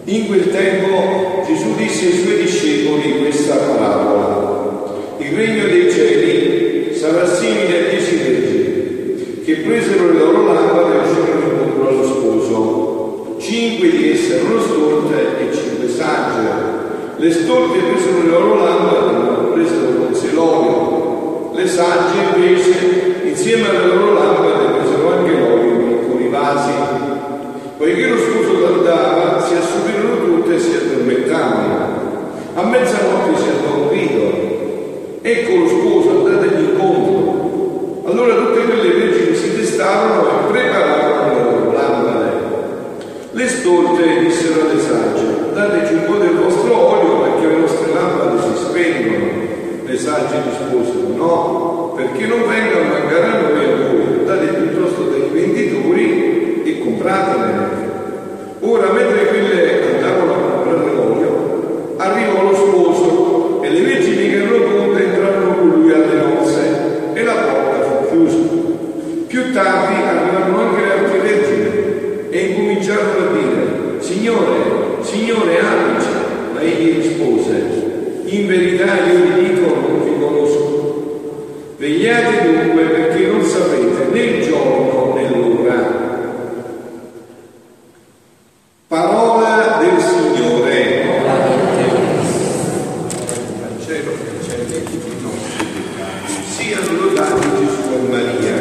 In quel tempo Gesù disse ai suoi discepoli questa parabola: il regno dei cieli sarà simile a 10 vergini che presero le loro lampade e uscirono incontro allo sposo. 5 di esse erano stolte e 5 sagge. Le stolte presero le loro lampade, ma non presero con sé l'olio. Le sagge invece, insieme alle loro lampade, presero anche l'olio in piccoli vasi. Poiché lo sposo tardava, si assopirono tutte e si addormentavano. A mezzanotte si andò un grido: ecco lo sposo, andategli incontro. Allora tutte quelle vergini si destarono e prepararono le loro lampade. Le stolte dissero alle sagge: dateci un po' del vostro olio perché le nostre lampade si spengono. Le sagge risposero: no, perché non venga a mancare a noi e a voi, date piuttosto dai venditori e compratene. Ora, mentre quelle andavano a comprare l'olio, arrivò lo sposo e le vergini che erano pronte entrarono con lui alle nozze e la porta fu chiusa. Più tardi arrivarono anche le altre vergini e incominciarono a dire: Signore, aprici. Ma egli rispose: in verità io vi dico, non vi conosco. Vegliate dunque, perché non sapete né il giorno né l'ora. Parola del Signore. Al cielo i nostri peccati siano lodati Gesù e Maria.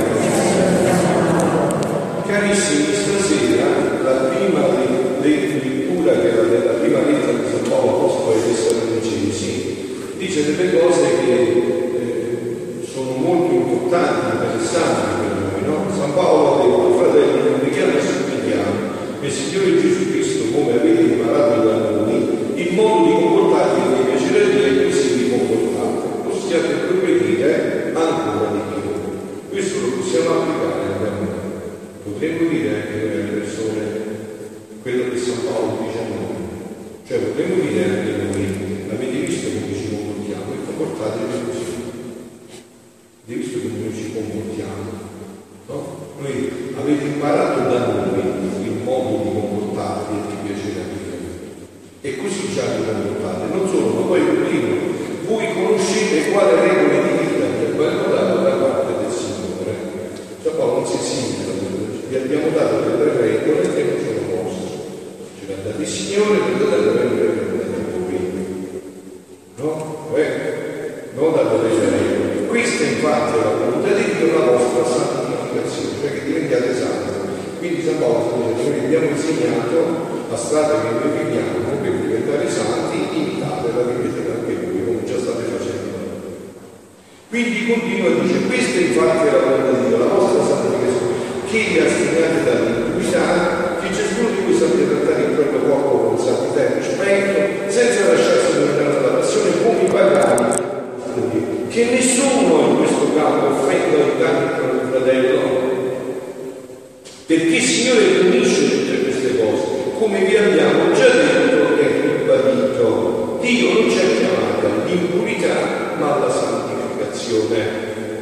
Carissimi, stasera la prima lettura, che era la prima lettera di San Paolo Apostolo ai Tessalonicesi, dice delle cose che sono molto importanti, interessanti per noi, no? San Paolo ha detto: fratelli, non preghiamo e supplichiamo il Signore Gesù Cristo, come avete imparato da noi, il modo di comportarvi che vi piacerebbe e così vi comportate. Possiate progredire ancora di più. Questo lo possiamo applicare anche a noi. Potremmo dire anche noi alle persone quello che San Paolo dice a noi. Cioè potremmo dire anche noi: avete visto come ci comportiamo e comportatevi così. Avete visto come noi ci comportiamo? No? Noi avete imparato da noi il modo di comportarvi e di piacere a Dio. E così già vi comportate. Non solo, ma poi continuo. Voi conoscete quale regole di vita vi abbiamo dato da parte del Signore. San Paolo non si simula, vi abbiamo dato delle regole che non sono vostre. Ce le ha date il Signore, vi ha dato delle regole che non date voi. No? Non dato delle regole. Questa infatti è la volontà di Dio, la vostra santificazione, cioè che diventiate santi. Quindi San Paolo dice: noi vi abbiamo insegnato la strada che noi viviamo per diventare santi, imitatela, ripetetela anche voi, come già state facendo. Quindi continua e dice: questa infatti è la volontà di Dio, la vostra santificazione, che vi assegnate dall'impurità, che ciascuno di voi sappia trattare il proprio corpo con santità e rispetto, senza lasciarsi dominare dalla passione come i pagani, che nessuno in questo campo offenda il tanto del fratello, perché il Signore punisce tutte queste cose, come vi abbiamo già detto e ribadito. Dio non ci ha chiamati all'impurità, ma alla santificazione.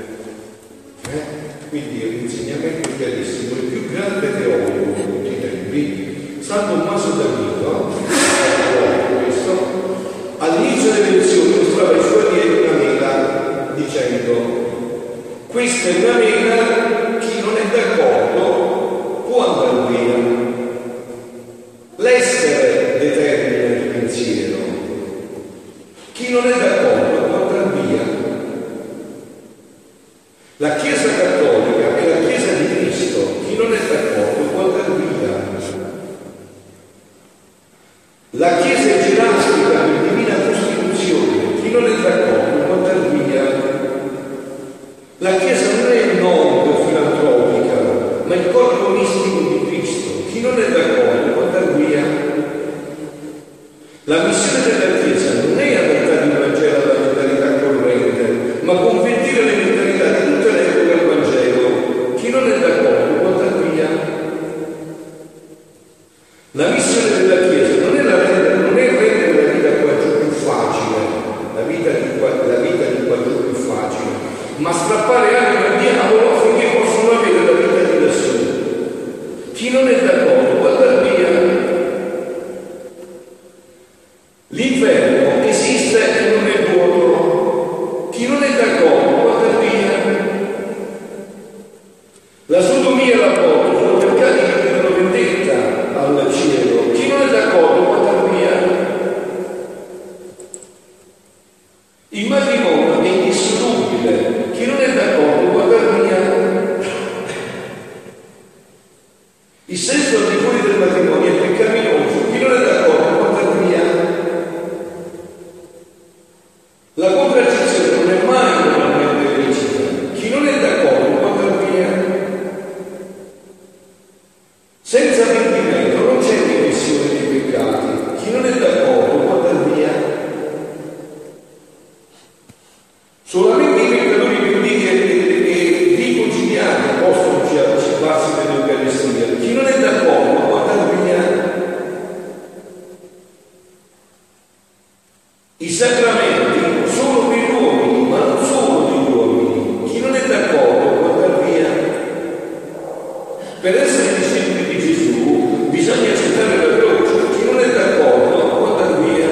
Quindi è un insegnamento chiarissimo, il più grande teologo di tutti i tempi, San Tommaso d'Aquino, questo, all'inizio delle lezioni mostrava ai suoi allievi una mela, dicendo: questa è una mela, chi non è d'accordo può andare via. L'essere determina il pensiero, chi non è d'accordo può andare via. La Chiesa cattolica è la Chiesa di Cristo, chi non è d'accordo può andare via. La Chiesa è gerarchica per divina costituzione, chi non è d'accordo può andare via. La Chiesa non è non filantropica, ma il corpo mistico di Cristo, chi non è d'accordo può andare via. La missione della Chiesa non è adattare il Vangelo alla mentalità corrente, ma convertire le mentalità di tutte le epoche al Vangelo. Chi non è d'accordo può andare via. La missione della Chiesa non è rendere la vita qua giù più facile, la vita di qua giù più facile, ma strappare anima al diavolo affinché possano avere la vita di lassù. Chi non è d'accordo può andare via. I sacramenti sono per gli uomini, ma non solo per gli uomini. Chi non è d'accordo può andare via. Per essere discepoli di Gesù bisogna accettare la croce. Chi non è d'accordo può andare via.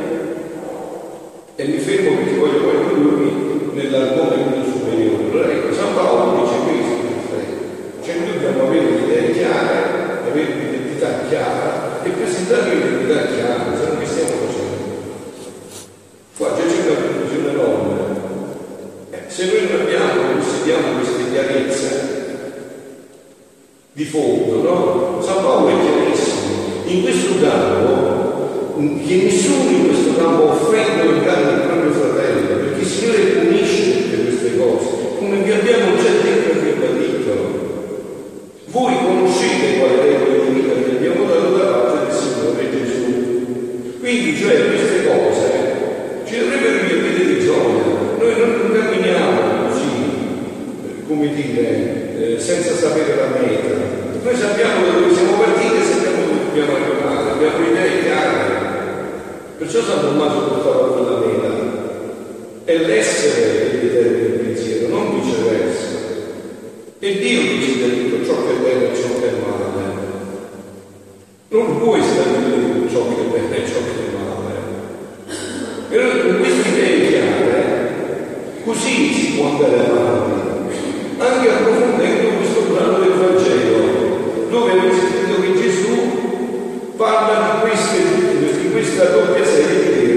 E mi fermo perché voglio poi concludere nell'argomento superiore. Allora ecco, San Paolo dice questo, cioè noi dobbiamo avere un'idea chiara, avere un'identità chiara e presentare un'identità chiara, se non che stiamo facendo. Qua già c'è una conclusione enorme. Se noi non abbiamo, non possediamo queste chiarezze di fondo, no? San Paolo è chiarissimo. In questo campo, che nessuno in questo campo offende o inganna il proprio fratello, perché il Signore punisce tutte queste cose, come vi abbiamo già detto e ribadito. Voi conoscete qual è la vita che abbiamo dato da parte del Signore Gesù. Quindi, cioè, queste cose ci dovrebbero riempire di gioia. Noi non camminiamo così, come dire, senza sapere la meta. Noi sappiamo da dove siamo partiti e sappiamo dove dobbiamo arrivare, abbiamo idee chiare. Perciò San Tommaso portava quella meta. È l'essere che determina il pensiero, non viceversa. E Dio decide tutto ciò che è bene e ciò che è male. Non puoi stabilire ciò che è bene e ciò che è male. Però con queste idee chiare, così si può andare avanti, anche approfondendo questo brano del Vangelo, dove è scritto che Gesù parla di questa doppia serie di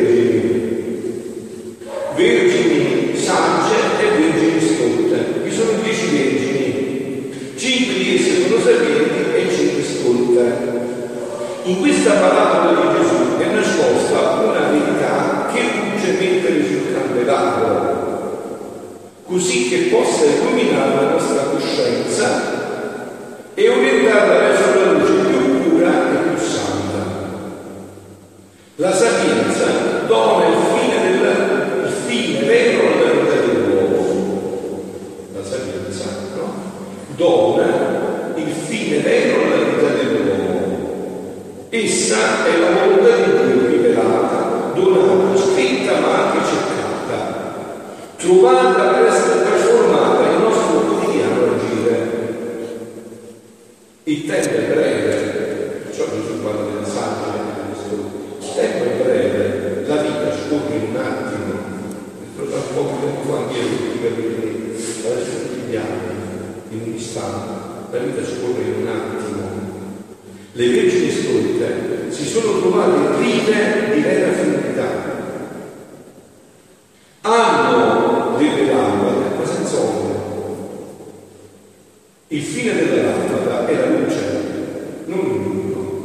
vergini sagge e vergini stolte. Vi sono 10 vergini, 5 di esse sono sapienti e 5 stolte. In questa parabola di Gesù è nascosta una verità che luce mettere sul candelabro, così che possa illuminare la nostra coscienza e orientarla verso la luce più pura e più santa. La sapienza dona il fine vero della vita dell'uomo. La sapienza, no? Dona il fine vero della vita dell'uomo. Essa è la volontà di Dio rivelata, donata, scritta ma anche cercata, trovata per essere trasformata nel nostro quotidiano agire. Il tempo è breve, perciò Gesù parla del saggio e il tempo è breve, la vita scorre in un attimo. Tra un po' di tempo fa anche io, adesso tutti gli anni, in un istante, la vita scorre in un attimo. Le vergini stolte si sono trovate prive di vera finalità. Hanno delle lampade, ma senza ombra. Il fine della lampada è la luce, non il lume.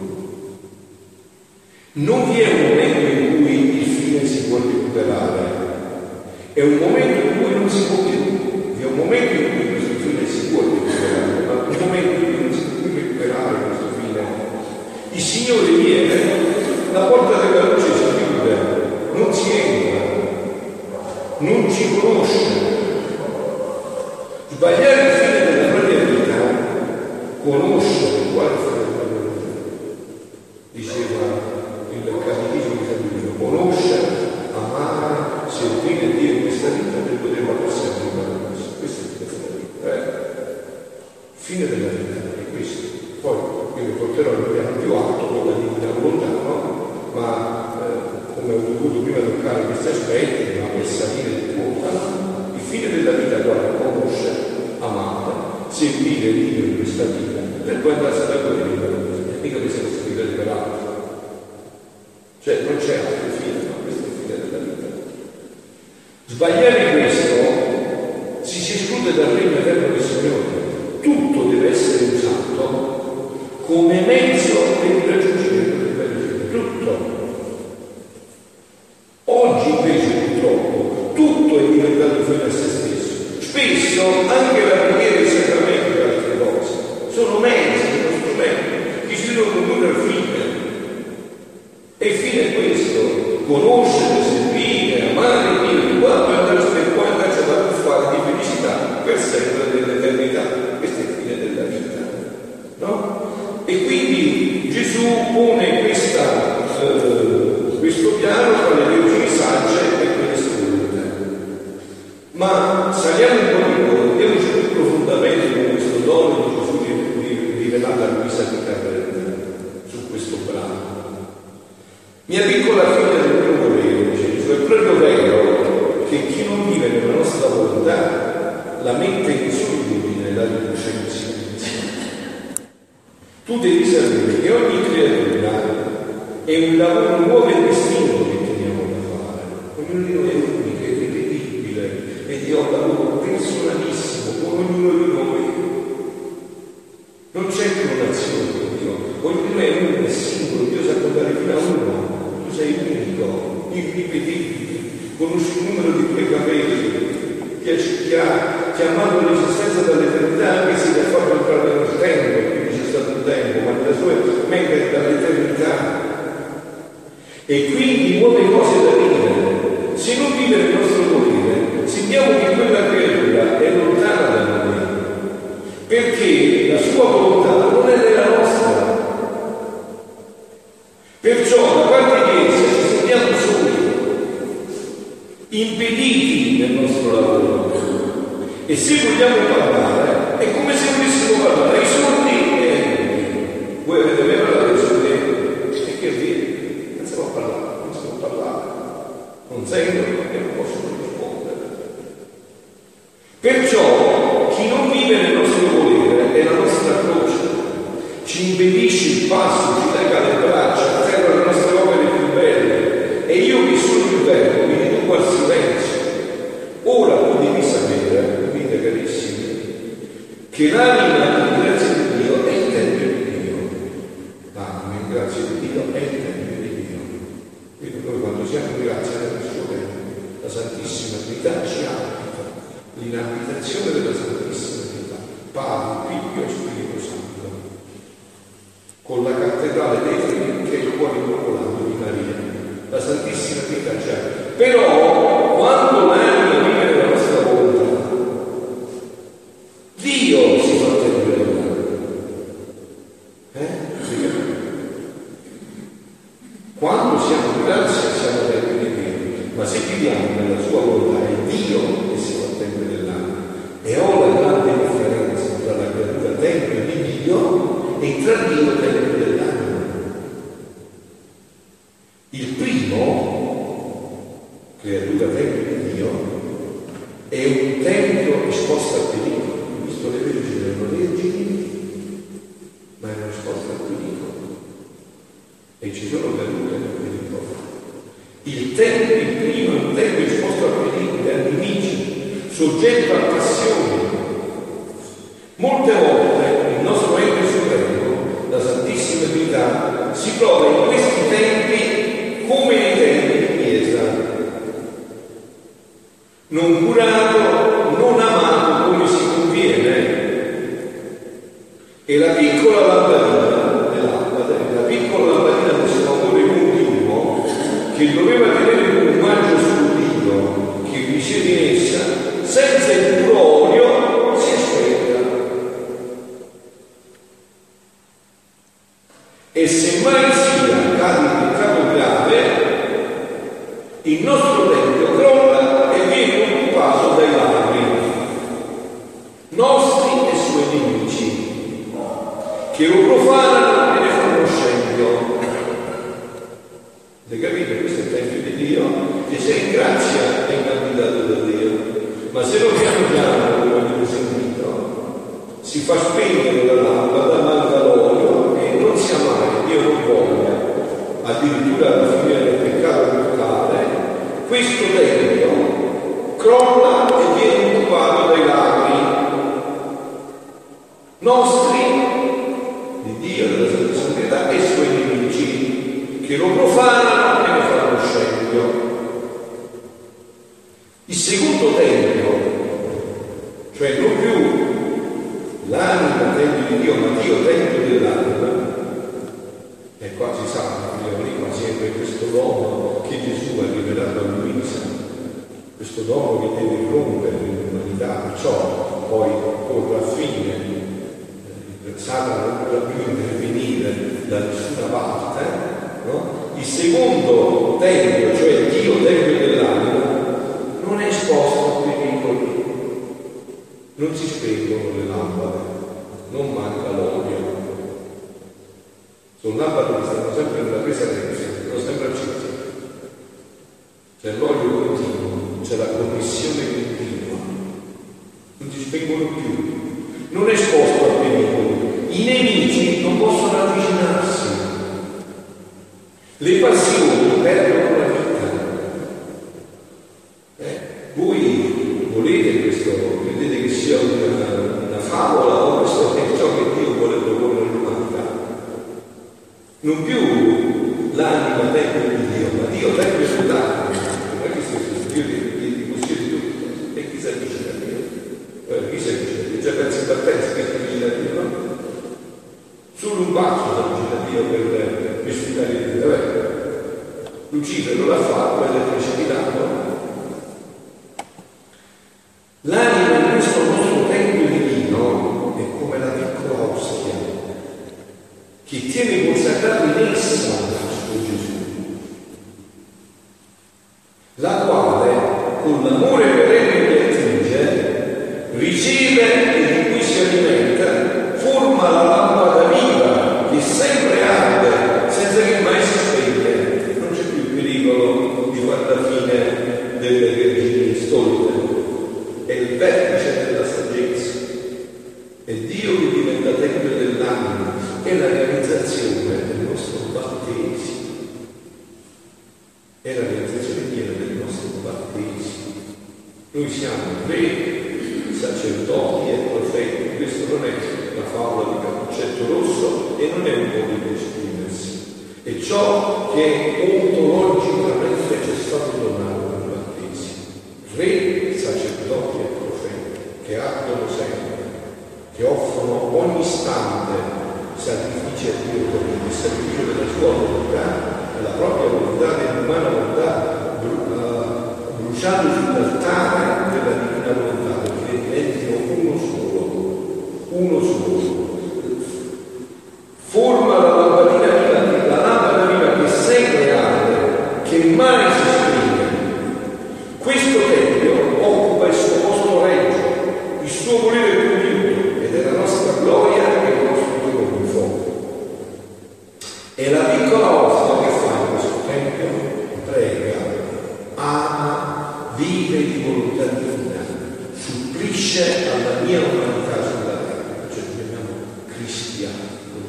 Non vi è un momento in cui il fine si può recuperare, è un momento in cui non si può più. Vi è un momento in cui questo fine si può recuperare, ma un momento in cui non si può più recuperare questo fine. Il Signore viene, la porta della luce si chiude, non si entra, non ci conosce. Sbagliare il fine della propria vita, conoscere quale fine della propria vita. Diceva il Catechismo di San Luigi, conoscere, amare, servire Dio in questa vita per poter per sempre in paradiso. Questo è il fine della vita. Fine della vita è questo. Poi io vi porterò il piano più alto, quello di vita lontano, ma come ho dovuto prima toccare questi aspetti, ma per salire di volta, il fine della vita è conoscere, amare, servire Dio in questa vita, per poi andarsene a godere in paradiso. Mica che siamo stati per altro. Cioè non c'è altro fine, ma questo è il fine della vita. Sbagliare questo si esclude dal regno eterno del Signore. Tutto deve essere usato come mezzo per il raggiungimento del beneficio. Tutto. Oggi invece purtroppo tutto è diventato fine a se stesso. Spesso anche la preghiera e il sacramento e altre cose sono mezzi, uno strumento che ci devono condurre al fine. E il fine è questo: conoscere, servire, amare Dio, quando andarci a fare di felicità per sempre dell'eternità. Questo è il fine della vita, no? E quindi Gesù pone questo piano tra le vergini sagge Mia piccola figlia del mio volere, dice Gesù, è proprio vero che chi non vive nella nostra volontà la mette in solitudine e la riduce in silenzio. Tu devi sapere che ogni creatura è un lavoro nuovo e distinto che teniamo da fare. Ognuno di noi è unico, è irripetibile ed io ho un lavoro personalissimo con ognuno di noi. Non c'è clonazione con Dio, ognuno di noi è uno, è singolo, Dio sa contare fino a uno. Tu sei unico, irripetibile, conosci il numero di tuoi capelli, ti ha chiamato l'esistenza dall'eternità, anche se ti ha fatto entrare nel tempo, quindi c'è stato un tempo, ma nella sua mente è dall'eternità. E quindi nuove cose da vivere. Se non vive il nostro volere, sentiamo che quella creatura è lontana da noi, perché la sua volontà non è nella nostra. Perciò da parte di essa ci sentiamo soli, impediti nel nostro lavoro. E se vogliamo parlare, è come se volessimo parlare ai sordi. Voi avete vero la ragione? E che vedi? Non si può parlare, non si può parlare. Non sentono e non possono rispondere. Perciò chi non vive nel nostro volere è la nostra croce. Ci impedisce il passo, ci lega le braccia, afferra le nostre opere più belle. E io che sono il verbo mi riduco al silenzio. Ora tu devi sapere, capite carissimi, che l'anima in grazia di Dio è il tempio di Dio. L'anima in grazia di Dio è il tempio di Dio. Quindi noi quando siamo in grazia del suo tempio, la Santissima Trinità ci abita, l'inabitazione della Santissima Trinità, Padre, Figlio e Spirito Santo, con la cattedrale dei Trini che è il cuore immacolato di Maria. La Santissima Trinità ci abita. Però quando l'anima vive nella nostra volontà, Dio si fa tempio dell'anima. Quando siamo in grazia siamo tempio di Dio, ma se viviamo nella sua volontà è Dio che si fa tempio dell'anima. E ora la grande differenza tra la creatura tempio di Dio e tra Dio e tempio dell'anima. Il primo, creatura tempio di Dio, è un tempio esposto al pericolo. Visto le vergini erano vergini, ma erano esposte al pericolo e ci sono cadute nel pericolo. Il primo è un tempio esposto al pericolo, ai nemici, soggetto a passioni. Molte volte il nostro ente supremo, la Santissima Trinità, si trova in questi tempi come nei tempi di Chiesa, non curato, non amato come si conviene. E la piccola lampadina, del suo amore continuo, che doveva tenere un omaggio sul Dio che vi siede in essa, senza il puro olio si è spenta. E se mai sia cade in peccato grave, il nostro tempio crolla e viene occupato dai ladri, nostri e suoi nemici, che lo profanano e ne fanno scempio. Le capite? Questo è il tempio di Dio, che se in grazia è candidato da Dio, ma se non piano piano, come abbiamo sentito, si fa spegnere la lampada, manca l'olio e non si amare, Dio non voglia, addirittura alla fine del peccato mortale, questo tempio crolla e viene occupato dai ladri nostri, di Dio, della Santissima Trinità e suoi nemici, che lo profanano e ne fanno scempio. Il secondo tempio, cioè non più l'anima tempio di Dio, ma Dio tempio dell'anima, e qua si sa, prima sempre questo dono che Gesù ha rivelato a Luisa, questo dono che deve rompere l'umanità, perciò poi con la fine Satana non potrà più intervenire da nessuna parte, no? Il secondo tempio, cioè Dio tempio dell'anima, non è esposto a pericoli, non si spengono le lampade, non manca l'olio, sono lampade che stanno sempre nella presenza, sono sempre accese. Nell'olio continuo c'è la commissione continua, non ti spengono più, non è esposto al pericolo, i nemici non possono avvicinarsi, le passioni perdono la vita. Voi volete questo, credete che sia una favola o questo è ciò che Dio vuole proporre all'umanità? Non più l'anima tempio di Dio, ma Dio tempio dell'anima. Non è che Dio ti possiede tutto e chi si avvicina a Dio? Chi si avvicina a Dio? Già pensi in partenza che si avvicina a Dio, no? Solo un bacio si avvicina a Dio per spiegare il Dio. Lucifero non l'ha fatto ed è precipitato. L'anima in questo nostro tempio divino è come la piccola ostia che tiene consacrato in essa Cristo Gesù, la quale con l'amore perenne che attinge riceve e di cui si alimenta, forma la lampada viva che sempre arde senza che mai si spegne. Non c'è più il pericolo di fare la fine delle vergini stolte. È il vertice della saggezza, è Dio che diventa tempio dell'anima, è la realizzazione del nostro battesimo, è la realizzazione piena del nostro battesimo. Noi siamo re, sacerdoti e profeti. Questo non è una favola di Cappuccetto Rosso e non è un modo di esprimersi, è ciò che ontologicamente ci è stato donato nel battesimo. Re, sacerdoti e profeti che ardono sempre, che offrono ogni istante sacrifici a Dio, come il sacrificio della sua volontà, della propria volontà, dell'umana volontà, bruciato sull'altare della divina volontà, perché diventino uno solo. Forma la lampadina viva, la lampada viva che sempre arde, che mai si spegne. Questo tempio occupa il suo posto regio, il suo volere compiuto, ed è la nostra gloria e il nostro trionfo. E la piccola ostia che fa in questo tempio prega, ama, vive di volontà divina, supplisce alla mia umanità sulla terra, cioè chiamiamo cristiani.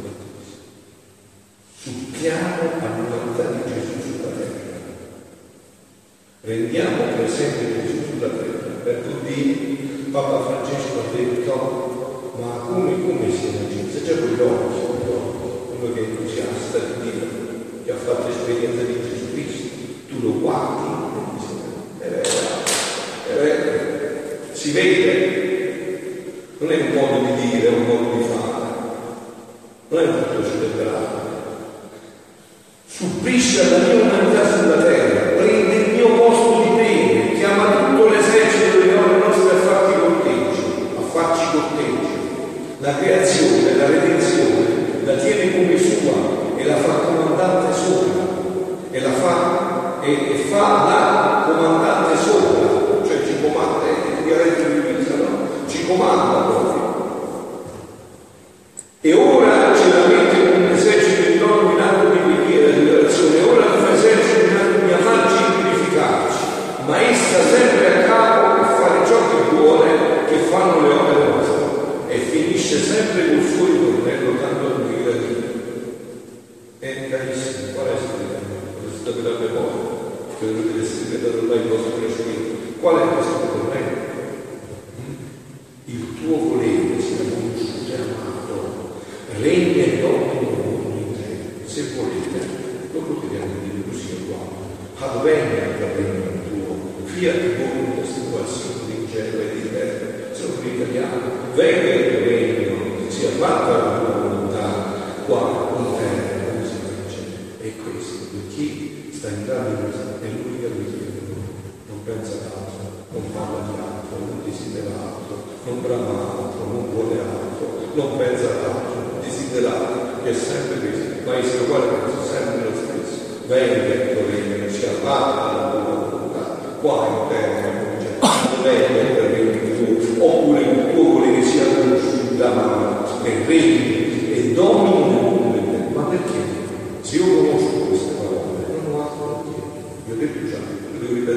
Suppliamo all'umanità di Gesù sulla terra. Rendiamo presente Gesù sulla terra. Per tutti Papa Francesco ha detto: ma come si realizza? Già con gli occhi, uno che è entusiasta di Dio, che ha fatto esperienza di Gesù Cristo, tu lo guardi e dici, si vede, non è un modo di dire, è un modo di fare, non è un tutto celebrato. Supplisce alla mia umanità sulla terra, prende il mio posto di bene, chiama tutto l'esercito delle ore nostre a farci corteggi. La creazione, la redenzione, la tiene come sua e la fa comandante sopra, e fa la comandante sopra, cioè ci comanda, ci comanda proprio. E ora ce la mette con un esercito enorme in atto di preghiera, di orazione. Ora tu fai esercito in atto di amarci e purificarci, ma essa sempre a capo per fare ciò che vuole, che fanno le opere nostre, e finisce sempre col suo ritornello tanto a lui da Dio. E carissimi, qual è il segreto? Questo per la memoria, che dovete essere dato là il vostro crescimento. Qual è questo ritornello? Il tuo volere sia conosciuto e amato, regna e domina in te. Se volete, lo potete dire così qua. Advenia il regno tuo, fiat voluntas tua sia in cielo e in terra. Sono in italiano. Venga il tuo regno, sia fatta la tua volontà, qua in terra come si fa in cielo. E questo, per chi sta entrando in questa, è l'unica vita. Non pensa ad altro, non parla di altro, non desidera altro, non brama altro, non vuole altro, non pensa ad altro, non desidera altro, che è sempre questo, ma essere uguale pensa sempre lo stesso. Venga il tuo regno, sia fatta la tua volontà, qua in terra come c'è, venga il regno tuo, oppure il tuo volere sia conosciuto e regni e domini. Ma perché? Se io conosco queste parole, non ho altro da dire. Io ho detto già, lo devo ripetere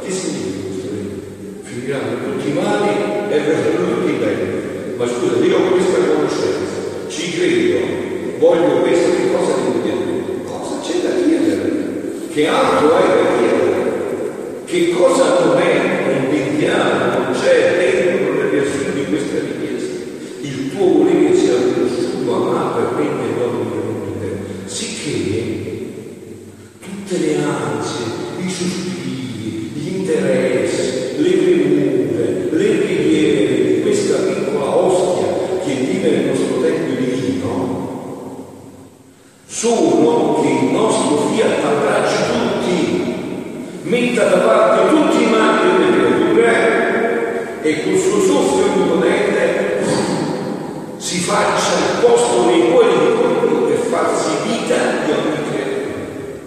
Che significa questo regno? Finiranno tutti i mali e verranno tutti i beni. Ma scusa, io ho questa conoscenza, ci credo, voglio questo, che cosa devo chiedere? Cosa c'è da chiedere? Che altro hai da chiedere? Che cosa non è, non vediamo, non c'è dentro nel riassunto di questa richiesta? Il tuo volere sia conosciuto, amato e regna e domina in te. Sicché tutte le ansie, i sospiri, gli interessi, le premure, le preghiere di questa piccola ostia che vive nel nostro tempio divino sono che il nostro fiat abbracci tutti, metta da parte tutti i mali delle creature e col suo soffio onnipotente si faccia il posto nei cuori di coloro per farsi vita di ogni creatura.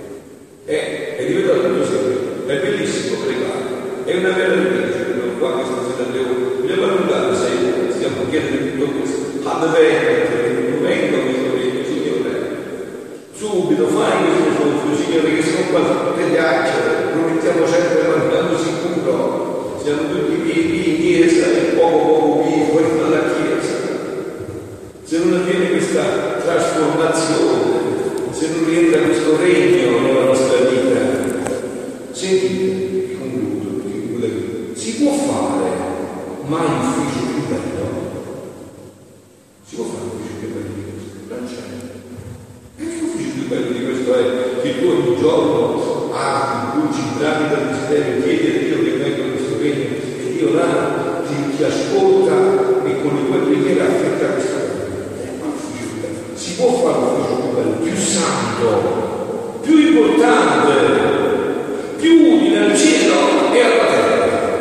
E ripeto tutto sempre, è bellissimo pregare, è una meraviglia. Qua questa sera dobbiamo allungare sempre, stiamo chiedendo tutto questo. Advento, momento questo regno, Signore. Subito fai questo soffio, Signore, che siamo quasi tutte ghiacce, lo mettiamo sempre mandando sicuro, siamo tutti vivi in chiesa e poco vivi fuori dalla chiesa. Se non avviene questa trasformazione, se non rientra questo regno nella nostra vita, sentite, concludo, si può fare mai un ufficio più bello? Si può fare un ufficio più bello di questo? Non c'è. E che ufficio più bello di questo è che tu ogni giorno bruci, brami dal desiderio, chiedi a Dio che venga questo regno e Dio là ti ascolta e con le tue preghiere affetta questo regno. Si può fare un ufficio più bello, più santo, più importante, più utile al cielo e alla terra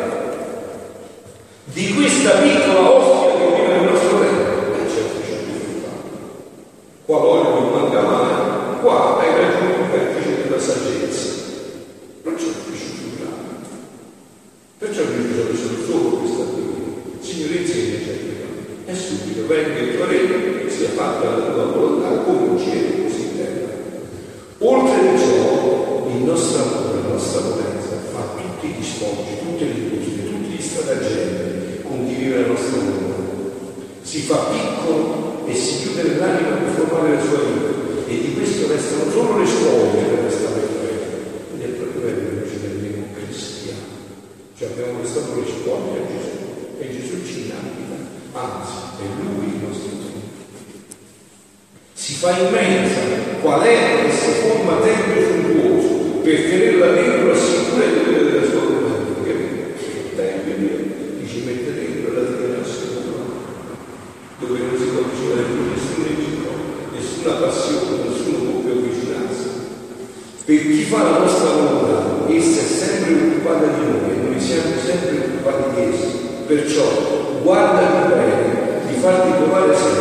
di questa piccola ostia che vive nel nostro regno. E c'è ufficio più importante. Qua l'olio non manca mai, qua hai raggiunto il vertice della saggezza. Non c'è ufficio più grande. Perciò io sono solo questa qui. Signore, insegnaci e subito venga il tuo regno, che sia fatta la tua volontà come in cielo così in terra. Oltre a ciò, il nostro amore, la nostra potenza fa tutti gli sforzi, tutte le industrie, tutti gli stratagemmi con chi vive la nostra volontà. Si fa piccolo e si chiude nell'anima per formare la sua vita, e di questo restano solo le storie per restare in fede. Quindi è proprio bello che ci vediamo cristiani. Cioè abbiamo questa storia a Gesù e Gesù ci inabita, anzi è Lui il nostro Dio. Si fa immensa qual è che si forma tempio suntuoso per tenerla dentro al sicuro e quella della sua volontà. Il tempio che ci mette dentro la tiene al sicuro, dove non si può avvicinare più nessun nemico, nessuna passione, nessuno può più avvicinarsi. Per chi fa la nostra volontà, essa è sempre occupata di noi e noi siamo sempre occupati di essa. Perciò guarda bene di farti trovare sempre